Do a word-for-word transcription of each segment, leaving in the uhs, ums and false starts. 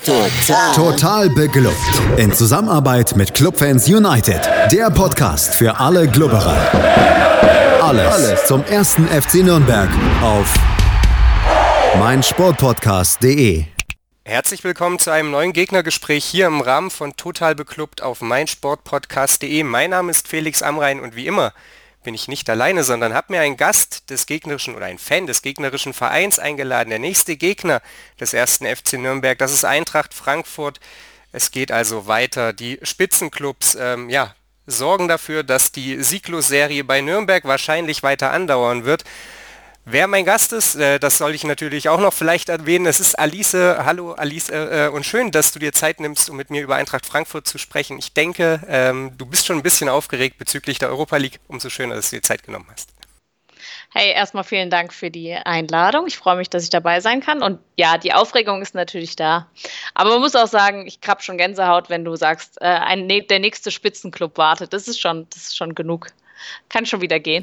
Total. Total beglückt. In Zusammenarbeit mit Clubfans United. Der Podcast für alle Glubberer. Alles, Alles zum ersten F C Nürnberg auf meinsportpodcast punkt de. Herzlich willkommen zu einem neuen Gegnergespräch hier im Rahmen von Total beklubbt auf meinsportpodcast punkt de. Mein Name ist Felix Amrain und wie immer bin ich nicht alleine, sondern habe mir einen Gast des gegnerischen oder einen Fan des gegnerischen Vereins eingeladen. Der nächste Gegner des ersten F C Nürnberg, das ist Eintracht Frankfurt. Es geht also weiter. Die Spitzenclubs ähm, ja, sorgen dafür, dass die Sieglos-Serie bei Nürnberg wahrscheinlich weiter andauern wird. Wer mein Gast ist, äh, das soll ich natürlich auch noch vielleicht erwähnen. Es ist Alice. Hallo Alice äh, und schön, dass du dir Zeit nimmst, um mit mir über Eintracht Frankfurt zu sprechen. Ich denke, ähm, du bist schon ein bisschen aufgeregt bezüglich der Europa League. Umso schöner, dass du dir Zeit genommen hast. Hey, erstmal vielen Dank für die Einladung. Ich freue mich, dass ich dabei sein kann. Und ja, die Aufregung ist natürlich da. Aber man muss auch sagen, ich habe schon Gänsehaut, wenn du sagst, äh, ein, der nächste Spitzenclub wartet. Das ist schon, das ist schon genug. Kann schon wieder gehen.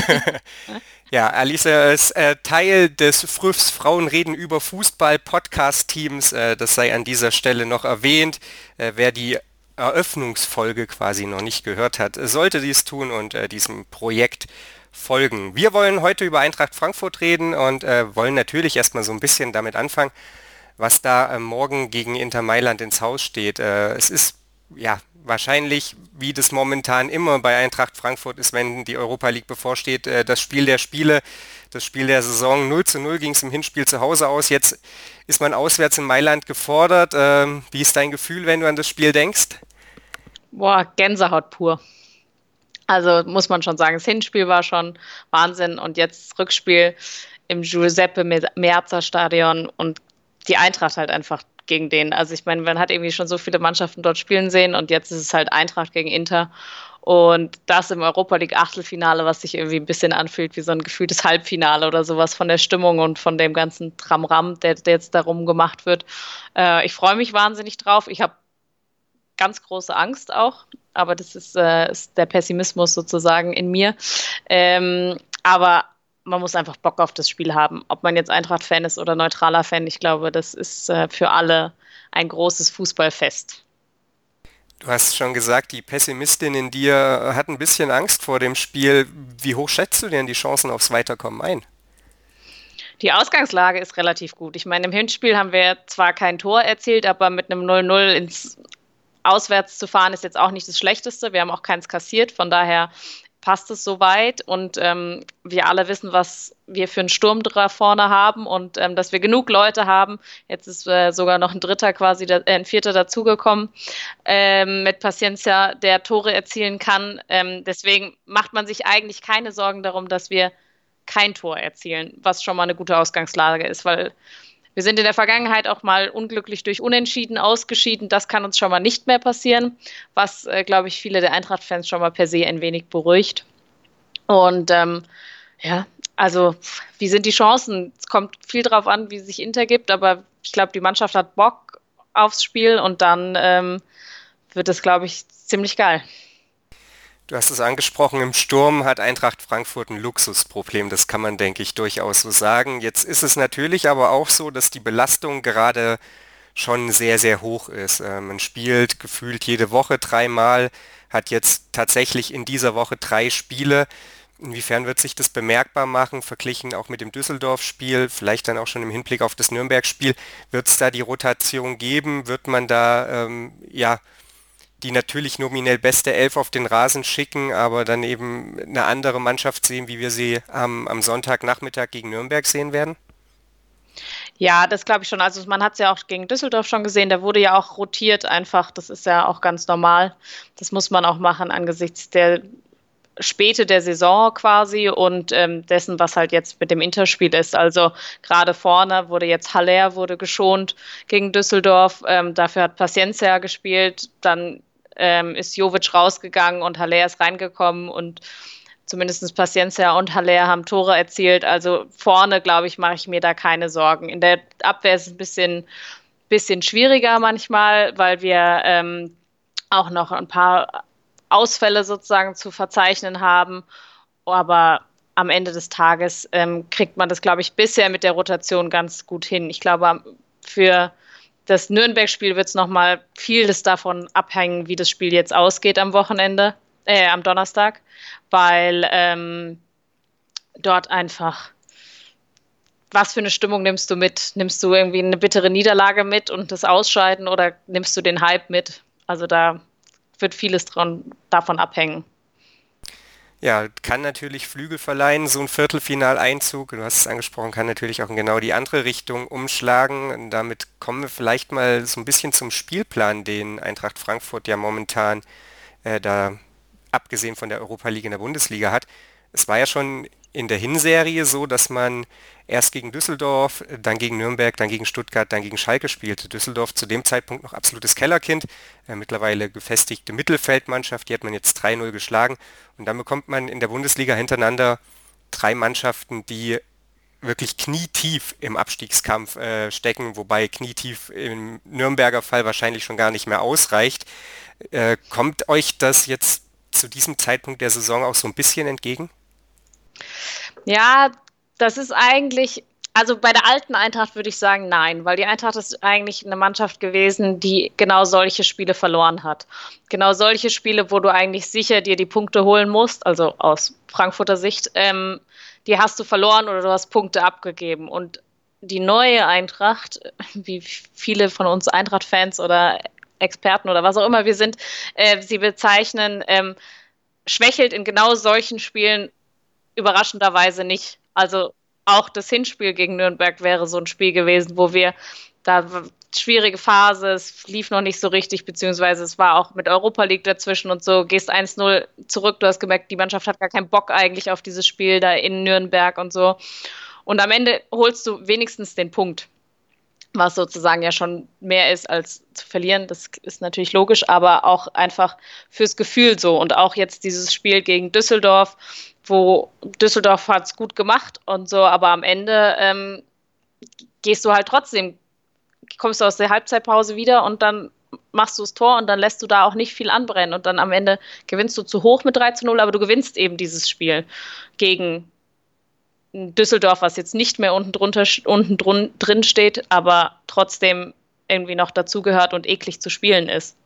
Ja, Alice ist äh, Teil des Früffs Frauen reden über Fußball Podcast-Teams. Äh, das sei an dieser Stelle noch erwähnt. Äh, wer die Eröffnungsfolge quasi noch nicht gehört hat, sollte dies tun und äh, diesem Projekt folgen. Wir wollen heute über Eintracht Frankfurt reden und äh, wollen natürlich erstmal so ein bisschen damit anfangen, was da äh, morgen gegen Inter Mailand ins Haus steht. Äh, es ist ja wahrscheinlich, wie das momentan immer bei Eintracht Frankfurt ist, wenn die Europa League bevorsteht, äh, das Spiel der Spiele, das Spiel der Saison. null zu null ging es im Hinspiel zu Hause aus. Jetzt ist man auswärts in Mailand gefordert. Ähm, wie ist dein Gefühl, wenn du an das Spiel denkst? Boah, Gänsehaut pur. Also muss man schon sagen, das Hinspiel war schon Wahnsinn und jetzt das Rückspiel im Giuseppe Meazza Stadion und die Eintracht halt einfach gegen den. Also ich meine, man hat irgendwie schon so viele Mannschaften dort spielen sehen und jetzt ist es halt Eintracht gegen Inter und das im Europa League Achtelfinale, was sich irgendwie ein bisschen anfühlt wie so ein gefühltes Halbfinale oder sowas von der Stimmung und von dem ganzen Tramram, der, der jetzt darum gemacht wird. Äh, ich freue mich wahnsinnig drauf. Ich habe ganz große Angst auch, aber das ist, äh, ist der Pessimismus sozusagen in mir. Ähm, aber man muss einfach Bock auf das Spiel haben. Ob man jetzt Eintracht-Fan ist oder neutraler Fan, ich glaube, das ist äh, für alle ein großes Fußballfest. Du hast schon gesagt, die Pessimistin in dir hat ein bisschen Angst vor dem Spiel. Wie hoch schätzt du denn die Chancen aufs Weiterkommen ein? Die Ausgangslage ist relativ gut. Ich meine, im Hinspiel haben wir zwar kein Tor erzielt, aber mit einem null null ins Auswärts zu fahren ist jetzt auch nicht das Schlechteste. Wir haben auch keins kassiert, von daher passt es soweit und ähm, wir alle wissen, was wir für einen Sturm da vorne haben und ähm, dass wir genug Leute haben. Jetzt ist äh, sogar noch ein Dritter quasi, da, äh, ein Vierter dazugekommen ähm, mit Paciencia, der Tore erzielen kann. Ähm, deswegen macht man sich eigentlich keine Sorgen darum, dass wir kein Tor erzielen, was schon mal eine gute Ausgangslage ist, weil wir sind in der Vergangenheit auch mal unglücklich durch Unentschieden ausgeschieden. Das kann uns schon mal nicht mehr passieren, was, äh, glaube ich, viele der Eintracht-Fans schon mal per se ein wenig beruhigt. Und ähm, ja, also wie sind die Chancen? Es kommt viel drauf an, wie sich Inter gibt, aber ich glaube, die Mannschaft hat Bock aufs Spiel und dann ähm, wird es, glaube ich, ziemlich geil. Du hast es angesprochen, im Sturm hat Eintracht Frankfurt ein Luxusproblem, das kann man, denke ich, durchaus so sagen. Jetzt ist es natürlich aber auch so, dass die Belastung gerade schon sehr, sehr hoch ist. Äh, man spielt gefühlt jede Woche dreimal, hat jetzt tatsächlich in dieser Woche drei Spiele. Inwiefern wird sich das bemerkbar machen, verglichen auch mit dem Düsseldorf-Spiel, vielleicht dann auch schon im Hinblick auf das Nürnberg-Spiel? Wird es da die Rotation geben? Wird man da, ähm, ja, die natürlich nominell beste Elf auf den Rasen schicken, aber dann eben eine andere Mannschaft sehen, wie wir sie am, am Sonntagnachmittag gegen Nürnberg sehen werden? Ja, das glaube ich schon. Also man hat es ja auch gegen Düsseldorf schon gesehen, da wurde ja auch rotiert einfach. Das ist ja auch ganz normal. Das muss man auch machen angesichts der Späte der Saison quasi und ähm, dessen, was halt jetzt mit dem Interspiel ist. Also gerade vorne wurde jetzt Haller wurde geschont gegen Düsseldorf. Ähm, dafür hat Paciencia gespielt. Dann ähm, ist Jovic rausgegangen und Haller ist reingekommen und zumindest Paciencia und Haller haben Tore erzielt. Also vorne, glaube ich, mache ich mir da keine Sorgen. In der Abwehr ist es ein bisschen, bisschen schwieriger manchmal, weil wir ähm, auch noch ein paar Ausfälle sozusagen zu verzeichnen haben. Aber am Ende des Tages ähm, kriegt man das, glaube ich, bisher mit der Rotation ganz gut hin. Ich glaube, für das Nürnberg-Spiel wird es nochmal vieles davon abhängen, wie das Spiel jetzt ausgeht am Wochenende, äh, am Donnerstag, weil ähm, dort einfach, was für eine Stimmung nimmst du mit? Nimmst du irgendwie eine bittere Niederlage mit und das Ausscheiden oder nimmst du den Hype mit? Also da wird vieles dran, davon abhängen. Ja, kann natürlich Flügel verleihen, so ein Viertelfinaleinzug, du hast es angesprochen, kann natürlich auch in genau die andere Richtung umschlagen. Und damit kommen wir vielleicht mal so ein bisschen zum Spielplan, den Eintracht Frankfurt ja momentan äh, da, abgesehen von der Europa League in der Bundesliga hat. Es war ja schon in der Hinserie so, dass man erst gegen Düsseldorf, dann gegen Nürnberg, dann gegen Stuttgart, dann gegen Schalke spielte. Düsseldorf zu dem Zeitpunkt noch absolutes Kellerkind, äh, mittlerweile gefestigte Mittelfeldmannschaft, die hat man jetzt drei null geschlagen. Und dann bekommt man in der Bundesliga hintereinander drei Mannschaften, die wirklich knietief im Abstiegskampf äh, stecken, wobei knietief im Nürnberger Fall wahrscheinlich schon gar nicht mehr ausreicht. Äh, kommt euch das jetzt zu diesem Zeitpunkt der Saison auch so ein bisschen entgegen? Ja, das ist eigentlich, also bei der alten Eintracht würde ich sagen, nein, weil die Eintracht ist eigentlich eine Mannschaft gewesen, die genau solche Spiele verloren hat. Genau solche Spiele, wo du eigentlich sicher dir die Punkte holen musst, also aus Frankfurter Sicht, ähm, die hast du verloren oder du hast Punkte abgegeben. Und die neue Eintracht, wie viele von uns Eintracht-Fans oder Experten oder was auch immer wir sind, äh, sie bezeichnen, ähm, schwächelt in genau solchen Spielen überraschenderweise nicht. Also auch das Hinspiel gegen Nürnberg wäre so ein Spiel gewesen, wo wir da schwierige Phase, es lief noch nicht so richtig, beziehungsweise es war auch mit Europa League dazwischen und so, gehst eins null zurück, du hast gemerkt, die Mannschaft hat gar keinen Bock eigentlich auf dieses Spiel da in Nürnberg und so. Und am Ende holst du wenigstens den Punkt, was sozusagen ja schon mehr ist als zu verlieren, das ist natürlich logisch, aber auch einfach fürs Gefühl so. Und auch jetzt dieses Spiel gegen Düsseldorf, wo Düsseldorf hat es gut gemacht und so, aber am Ende ähm, gehst du halt trotzdem, kommst du aus der Halbzeitpause wieder und dann machst du das Tor und dann lässt du da auch nicht viel anbrennen und dann am Ende gewinnst du zu hoch mit drei zu null, aber du gewinnst eben dieses Spiel gegen Düsseldorf, was jetzt nicht mehr unten drunter unten drun, drin steht, aber trotzdem irgendwie noch dazugehört und eklig zu spielen ist.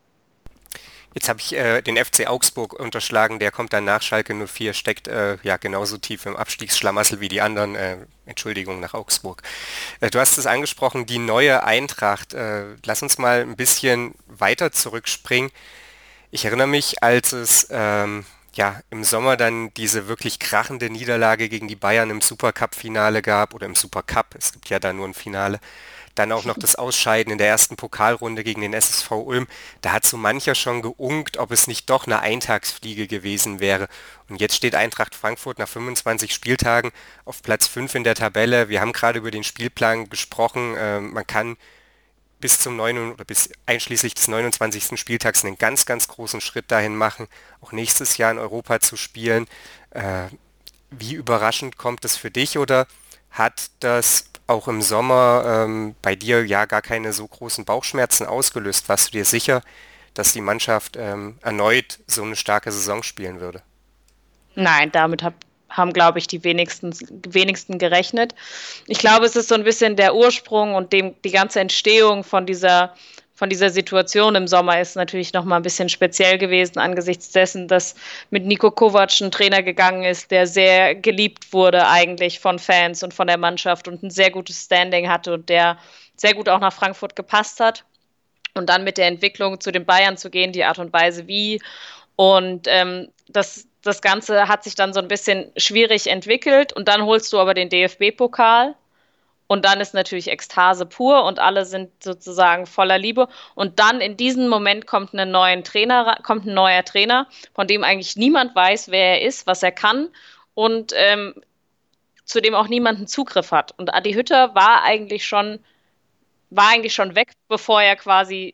Jetzt habe ich äh, den F C Augsburg unterschlagen, der kommt dann nach Schalke null vier, steckt äh, ja genauso tief im Abstiegsschlamassel wie die anderen. Äh, Entschuldigung, nach Augsburg. Äh, du hast es angesprochen, die neue Eintracht. Äh, lass uns mal ein bisschen weiter zurückspringen. Ich erinnere mich, als es ähm, ja, im Sommer dann diese wirklich krachende Niederlage gegen die Bayern im Supercup-Finale gab, oder im Supercup, es gibt ja da nur ein Finale, dann auch noch das Ausscheiden in der ersten Pokalrunde gegen den S S V Ulm, da hat so mancher schon geunkt, ob es nicht doch eine Eintagsfliege gewesen wäre. Und jetzt steht Eintracht Frankfurt nach fünfundzwanzig Spieltagen auf Platz fünf in der Tabelle. Wir haben gerade über den Spielplan gesprochen, äh, man kann bis zum neun oder bis einschließlich des neunundzwanzigsten Spieltags einen ganz, ganz großen Schritt dahin machen, auch nächstes Jahr in Europa zu spielen. Äh, wie überraschend kommt das für dich oder hat das auch im Sommer ähm, bei dir ja gar keine so großen Bauchschmerzen ausgelöst? Warst du dir sicher, dass die Mannschaft ähm, erneut so eine starke Saison spielen würde? Nein, damit hab, haben, glaube ich, die wenigsten, wenigsten gerechnet. Ich glaube, es ist so ein bisschen der Ursprung und dem, die ganze Entstehung von dieser, von dieser Situation im Sommer ist natürlich nochmal ein bisschen speziell gewesen, angesichts dessen, dass mit Niko Kovac ein Trainer gegangen ist, der sehr geliebt wurde eigentlich von Fans und von der Mannschaft und ein sehr gutes Standing hatte und der sehr gut auch nach Frankfurt gepasst hat. Und dann mit der Entwicklung zu den Bayern zu gehen, die Art und Weise wie. Und ähm, das Das Ganze hat sich dann so ein bisschen schwierig entwickelt und dann holst du aber den D F B-Pokal und dann ist natürlich Ekstase pur und alle sind sozusagen voller Liebe und dann in diesem Moment kommt, ein neuen Trainer, kommt ein neuer Trainer, von dem eigentlich niemand weiß, wer er ist, was er kann und ähm, zu dem auch niemand einen Zugriff hat. Und Adi Hütter war eigentlich schon, war eigentlich schon weg, bevor er quasi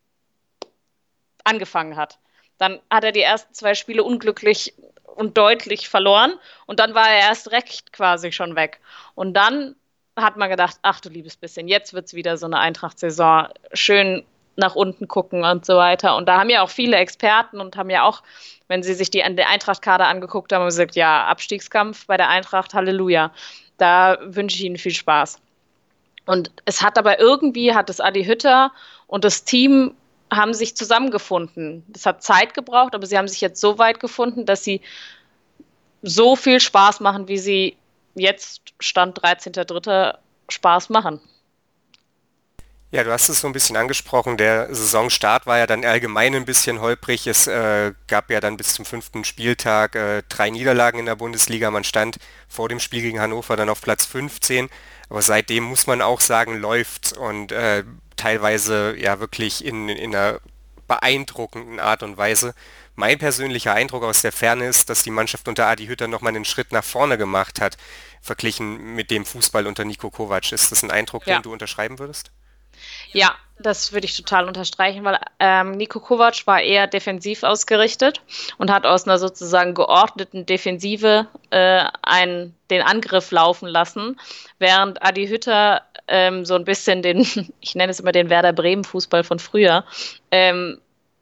angefangen hat. Dann hat er die ersten zwei Spiele unglücklich und deutlich verloren und dann war er erst recht quasi schon weg. Und dann hat man gedacht, ach du liebes bisschen, jetzt wird es wieder so eine Eintracht-Saison, schön nach unten gucken und so weiter. Und da haben ja auch viele Experten und haben ja auch, wenn sie sich die Eintracht-Kader angeguckt haben, gesagt, ja, Abstiegskampf bei der Eintracht, Halleluja. Da wünsche ich Ihnen viel Spaß. Und es hat aber irgendwie, hat das Adi Hütter und das Team haben sich zusammengefunden. Das hat Zeit gebraucht, aber sie haben sich jetzt so weit gefunden, dass sie so viel Spaß machen, wie sie jetzt Stand dreizehnter dritter Spaß machen. Ja, du hast es so ein bisschen angesprochen, der Saisonstart war ja dann allgemein ein bisschen holprig. Es äh, gab ja dann bis zum fünften Spieltag äh, drei Niederlagen in der Bundesliga. Man stand vor dem Spiel gegen Hannover dann auf Platz fünfzehn. Aber seitdem muss man auch sagen, läuft's und äh, teilweise ja wirklich in, in einer beeindruckenden Art und Weise. Mein persönlicher Eindruck aus der Ferne ist, dass die Mannschaft unter Adi Hütter nochmal einen Schritt nach vorne gemacht hat, verglichen mit dem Fußball unter Niko Kovac. Ist das ein Eindruck, Ja. den du unterschreiben würdest? Ja, das würde ich total unterstreichen, weil ähm, Niko Kovac war eher defensiv ausgerichtet und hat aus einer sozusagen geordneten Defensive äh, einen, den Angriff laufen lassen, während Adi Hütter ähm, so ein bisschen den, ich nenne es immer den Werder Bremen Fußball von früher, ähm,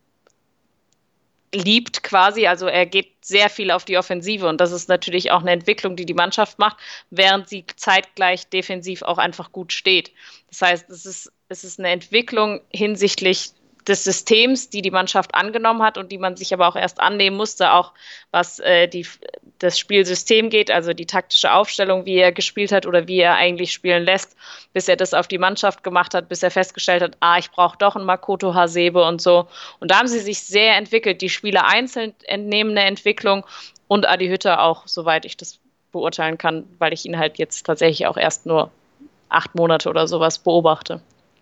liebt quasi, also er geht sehr viel auf die Offensive und das ist natürlich auch eine Entwicklung, die die Mannschaft macht, während sie zeitgleich defensiv auch einfach gut steht. Das heißt, es ist, es ist eine Entwicklung hinsichtlich des Systems, die die Mannschaft angenommen hat und die man sich aber auch erst annehmen musste, auch was äh, die, das Spielsystem geht, also die taktische Aufstellung, wie er gespielt hat oder wie er eigentlich spielen lässt, bis er das auf die Mannschaft gemacht hat, bis er festgestellt hat, ah, ich brauche doch einen Makoto Hasebe und so. Und da haben sie sich sehr entwickelt. Die Spieler einzeln entnehmen eine Entwicklung und Adi Hütter auch, soweit ich das beurteilen kann, weil ich ihn halt jetzt tatsächlich auch erst nur acht Monate oder sowas beobachte.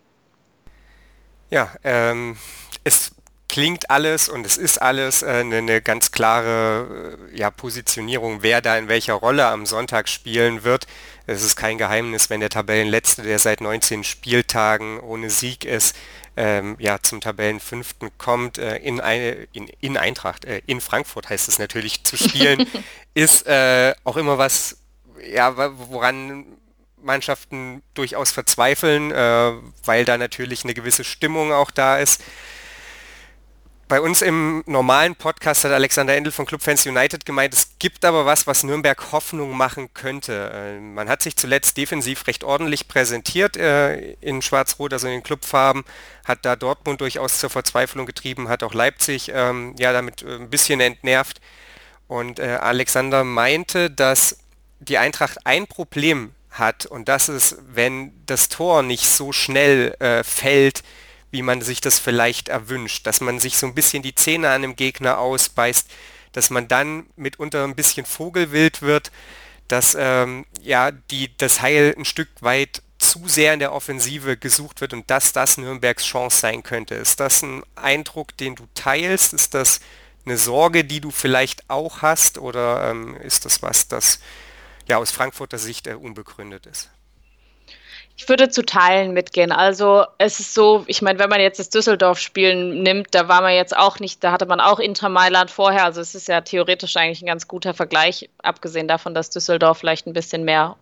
Ja, ähm, es klingt alles und es ist alles äh, eine, eine ganz klare äh, ja, Positionierung, wer da in welcher Rolle am Sonntag spielen wird. Es ist kein Geheimnis, wenn der Tabellenletzte, der seit neunzehn Spieltagen ohne Sieg ist, ähm, ja, zum Tabellenfünften kommt, äh, in, eine, in, in Eintracht, äh, in Frankfurt heißt es natürlich, zu spielen, ist äh, auch immer was, ja, woran Mannschaften durchaus verzweifeln, äh, weil da natürlich eine gewisse Stimmung auch da ist. Bei uns im normalen Podcast hat Alexander Endel von Clubfans United gemeint, es gibt aber was, was Nürnberg Hoffnung machen könnte. Äh, man hat sich zuletzt defensiv recht ordentlich präsentiert äh, in Schwarz-Rot, also in den Clubfarben, hat da Dortmund durchaus zur Verzweiflung getrieben, hat auch Leipzig ähm, ja damit äh, ein bisschen entnervt. Und äh, Alexander meinte, dass die Eintracht ein Problem hat und das ist, wenn das Tor nicht so schnell äh, fällt, wie man sich das vielleicht erwünscht, dass man sich so ein bisschen die Zähne an dem Gegner ausbeißt, dass man dann mitunter ein bisschen vogelwild wird, dass ähm, ja die, das Heil ein Stück weit zu sehr in der Offensive gesucht wird und dass das Nürnbergs Chance sein könnte. Ist das ein Eindruck, den du teilst? Ist das eine Sorge, die du vielleicht auch hast oder ähm, ist das was, das ja aus Frankfurter Sicht äh, unbegründet ist? Ich würde zu Teilen mitgehen. Also es ist so, ich meine, wenn man jetzt das Düsseldorf-Spiel nimmt, da war man jetzt auch nicht, da hatte man auch Inter Mailand vorher, also es ist ja theoretisch eigentlich ein ganz guter Vergleich, abgesehen davon, dass Düsseldorf vielleicht ein bisschen mehr,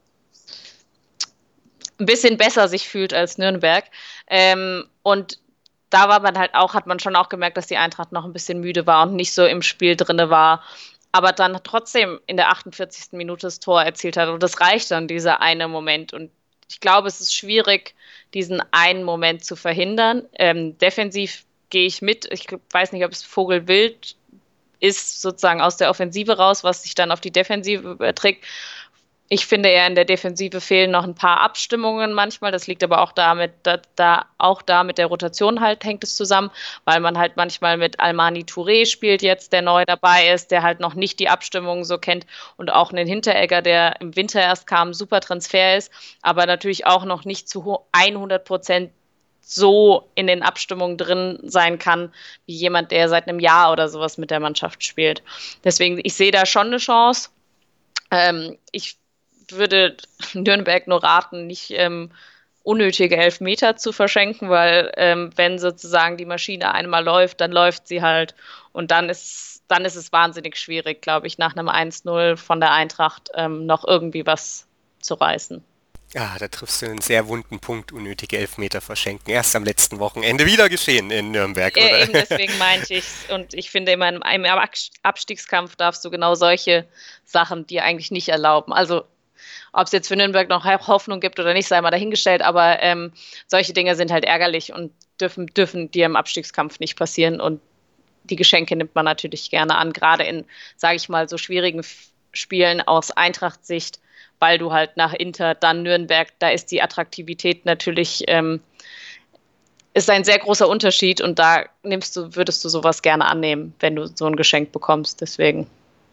ein bisschen besser sich fühlt als Nürnberg. Ähm, und da war man halt auch, hat man schon auch gemerkt, dass die Eintracht noch ein bisschen müde war und nicht so im Spiel drinne war, aber dann trotzdem in der achtundvierzigsten Minute das Tor erzielt hat und das reicht dann, dieser eine Moment. Und ich glaube, es ist schwierig, diesen einen Moment zu verhindern. Ähm, defensiv gehe ich mit. Ich weiß nicht, ob es Vogelwild ist, sozusagen aus der Offensive raus, was sich dann auf die Defensive überträgt. Ich finde eher in der Defensive fehlen noch ein paar Abstimmungen manchmal. Das liegt aber auch damit, da, da auch da mit der Rotation halt hängt es zusammen, weil man halt manchmal mit Almani Touré spielt jetzt, der neu dabei ist, der halt noch nicht die Abstimmungen so kennt und auch einen Hinteregger, der im Winter erst kam, super Transfer ist, aber natürlich auch noch nicht zu hundert Prozent so in den Abstimmungen drin sein kann, wie jemand, der seit einem Jahr oder sowas mit der Mannschaft spielt. Deswegen, ich sehe da schon eine Chance. Ähm, ich würde Nürnberg nur raten, nicht ähm, unnötige Elfmeter zu verschenken, weil ähm, wenn sozusagen die Maschine einmal läuft, dann läuft sie halt und dann ist, dann ist es wahnsinnig schwierig, glaube ich, nach einem eins null von der Eintracht ähm, noch irgendwie was zu reißen. Ah, da triffst du einen sehr wunden Punkt, unnötige Elfmeter verschenken. Erst am letzten Wochenende wieder geschehen in Nürnberg, oder? Äh, eben deswegen meinte ich es. Und ich finde, immer in einem Abstiegskampf darfst du genau solche Sachen dir eigentlich nicht erlauben. Also Ob es jetzt für Nürnberg noch Hoffnung gibt oder nicht, sei mal dahingestellt, aber ähm, solche Dinge sind halt ärgerlich und dürfen, dürfen dir im Abstiegskampf nicht passieren und die Geschenke nimmt man natürlich gerne an, gerade in, sage ich mal, so schwierigen Spielen aus Eintracht-Sicht, weil du halt nach Inter, dann Nürnberg, da ist die Attraktivität natürlich, ähm, ist ein sehr großer Unterschied und da nimmst du, würdest du sowas gerne annehmen, wenn du so ein Geschenk bekommst, deswegen.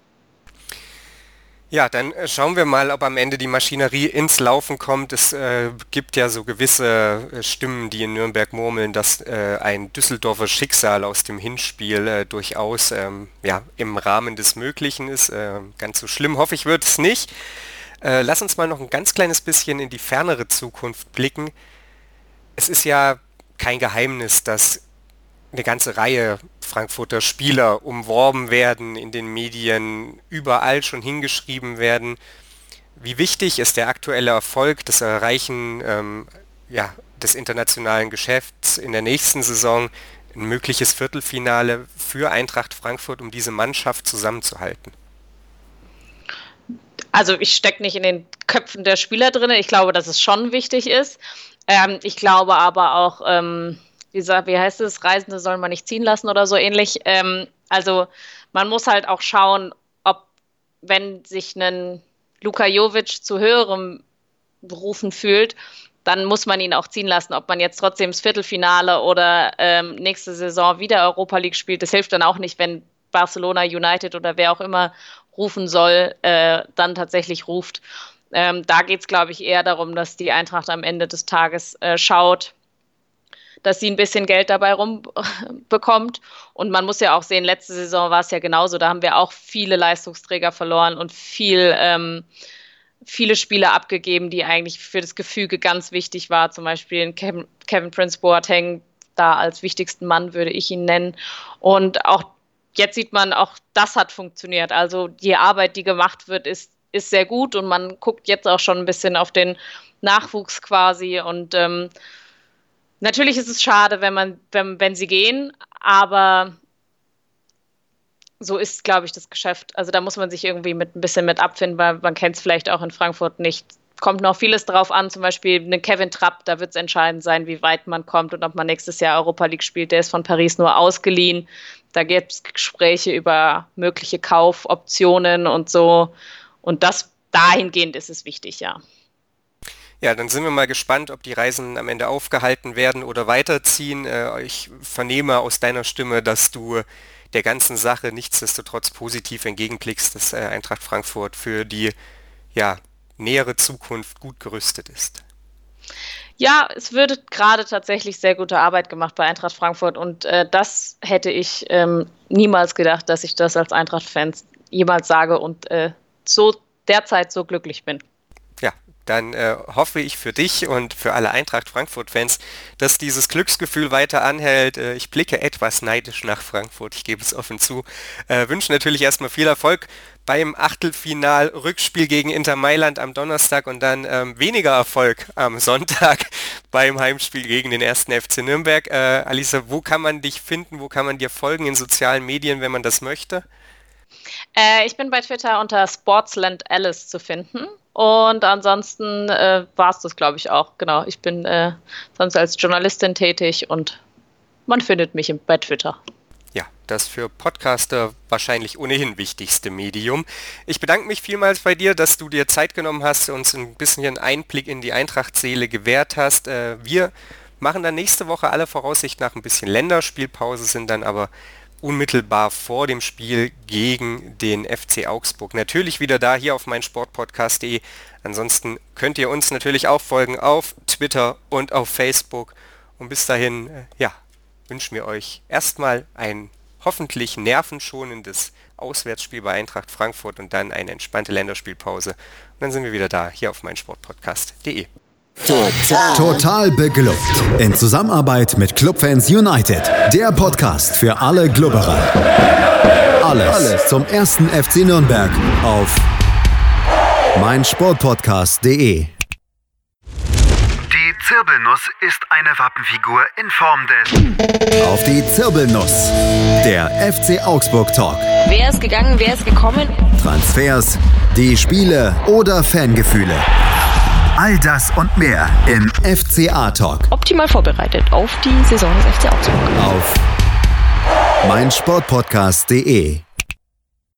Ja, dann schauen wir mal, ob am Ende die Maschinerie ins Laufen kommt. Es äh, gibt ja so gewisse äh, Stimmen, die in Nürnberg murmeln, dass äh, ein Düsseldorfer Schicksal aus dem Hinspiel äh, durchaus ähm, ja, im Rahmen des Möglichen ist. Äh, ganz so schlimm hoffe ich, wird es nicht. Äh, lass uns mal noch ein ganz kleines bisschen in die fernere Zukunft blicken. Es ist ja kein Geheimnis, dass eine ganze Reihe Frankfurter Spieler umworben werden, in den Medien überall schon hingeschrieben werden. Wie wichtig ist der aktuelle Erfolg, das Erreichen ähm, ja, des internationalen Geschäfts in der nächsten Saison, ein mögliches Viertelfinale für Eintracht Frankfurt, um diese Mannschaft zusammenzuhalten? Also ich stecke nicht in den Köpfen der Spieler drin. Ich glaube, dass es schon wichtig ist. Ähm, ich glaube aber auch, ähm, wie, wie heißt es, Reisende sollen man nicht ziehen lassen oder so ähnlich. Ähm, also man muss halt auch schauen, ob, wenn sich ein Luka Jovic zu höherem berufen fühlt, dann muss man ihn auch ziehen lassen. Ob man jetzt trotzdem das Viertelfinale oder ähm, nächste Saison wieder Europa League spielt, das hilft dann auch nicht, wenn Barcelona, United oder wer auch immer rufen soll, äh, dann tatsächlich ruft. Ähm, da geht es, glaube ich, eher darum, dass die Eintracht am Ende des Tages äh, schaut, dass sie ein bisschen Geld dabei rumbekommt. Und man muss ja auch sehen, letzte Saison war es ja genauso. Da haben wir auch viele Leistungsträger verloren und viel, ähm, viele Spieler abgegeben, die eigentlich für das Gefüge ganz wichtig war. Zum Beispiel Kevin, Kevin Prince Boateng, da als wichtigsten Mann würde ich ihn nennen. Und auch jetzt sieht man, auch das hat funktioniert. Also die Arbeit, die gemacht wird, ist, ist sehr gut. Und man guckt jetzt auch schon ein bisschen auf den Nachwuchs quasi und ähm, natürlich ist es schade, wenn man, wenn, wenn sie gehen, aber so ist, glaube ich, das Geschäft. Also da muss man sich irgendwie mit ein bisschen mit abfinden, weil man kennt es vielleicht auch in Frankfurt nicht. Kommt noch vieles drauf an, zum Beispiel einen Kevin Trapp, da wird es entscheidend sein, wie weit man kommt und ob man nächstes Jahr Europa League spielt. Der ist von Paris nur ausgeliehen. Da gibt es Gespräche über mögliche Kaufoptionen und so. Und das dahingehend ist es wichtig, ja. Ja, dann sind wir mal gespannt, ob die Reisen am Ende aufgehalten werden oder weiterziehen. Ich vernehme aus deiner Stimme, dass du der ganzen Sache nichtsdestotrotz positiv entgegenblickst, dass Eintracht Frankfurt für die ja, nähere Zukunft gut gerüstet ist. Ja, es wird gerade tatsächlich sehr gute Arbeit gemacht bei Eintracht Frankfurt und äh, das hätte ich ähm, niemals gedacht, dass ich das als Eintracht-Fan jemals sage und äh, so derzeit so glücklich bin. Ja, dann äh, hoffe ich für dich und für alle Eintracht Frankfurt-Fans, dass dieses Glücksgefühl weiter anhält. Äh, ich blicke etwas neidisch nach Frankfurt, ich gebe es offen zu. Äh, wünsche natürlich erstmal viel Erfolg beim Achtelfinal-Rückspiel gegen Inter Mailand am Donnerstag und dann ähm, weniger Erfolg am Sonntag beim Heimspiel gegen den ersten F C Nürnberg. Äh, Alisa, wo kann man dich finden, wo kann man dir folgen in sozialen Medien, wenn man das möchte? Äh, ich bin bei Twitter unter Sportsland Alice zu finden. Und ansonsten äh, war es das, glaube ich, auch. Genau, ich bin äh, sonst als Journalistin tätig und man findet mich bei Twitter. Ja, das für Podcaster wahrscheinlich ohnehin wichtigste Medium. Ich bedanke mich vielmals bei dir, dass du dir Zeit genommen hast, uns ein bisschen Einblick in die Eintracht-Seele gewährt hast. Äh, wir machen dann nächste Woche aller Voraussicht nach ein bisschen Länderspielpause, sind dann aber unmittelbar vor dem Spiel gegen den F C Augsburg. Natürlich wieder da, hier auf meinsportpodcast punkt de. Ansonsten könnt ihr uns natürlich auch folgen auf Twitter und auf Facebook. Und bis dahin, äh, ja, wünschen wir euch erstmal ein hoffentlich nervenschonendes Auswärtsspiel bei Eintracht Frankfurt und dann eine entspannte Länderspielpause. Und dann sind wir wieder da, hier auf meinsportpodcast punkt de. Total. Total beglückt. In Zusammenarbeit mit Clubfans United. Der Podcast für alle Glubberer. Alles, Alles zum ersten F C Nürnberg auf meinsportpodcast punkt de. Die Zirbelnuss ist eine Wappenfigur in Form des... Auf die Zirbelnuss. Der F C Augsburg Talk. Wer ist gegangen, wer ist gekommen? Transfers, die Spiele oder Fangefühle. All das und mehr im F C A-Talk. Optimal vorbereitet auf die Saison des F C Augsburg. Auf meinsportpodcast punkt de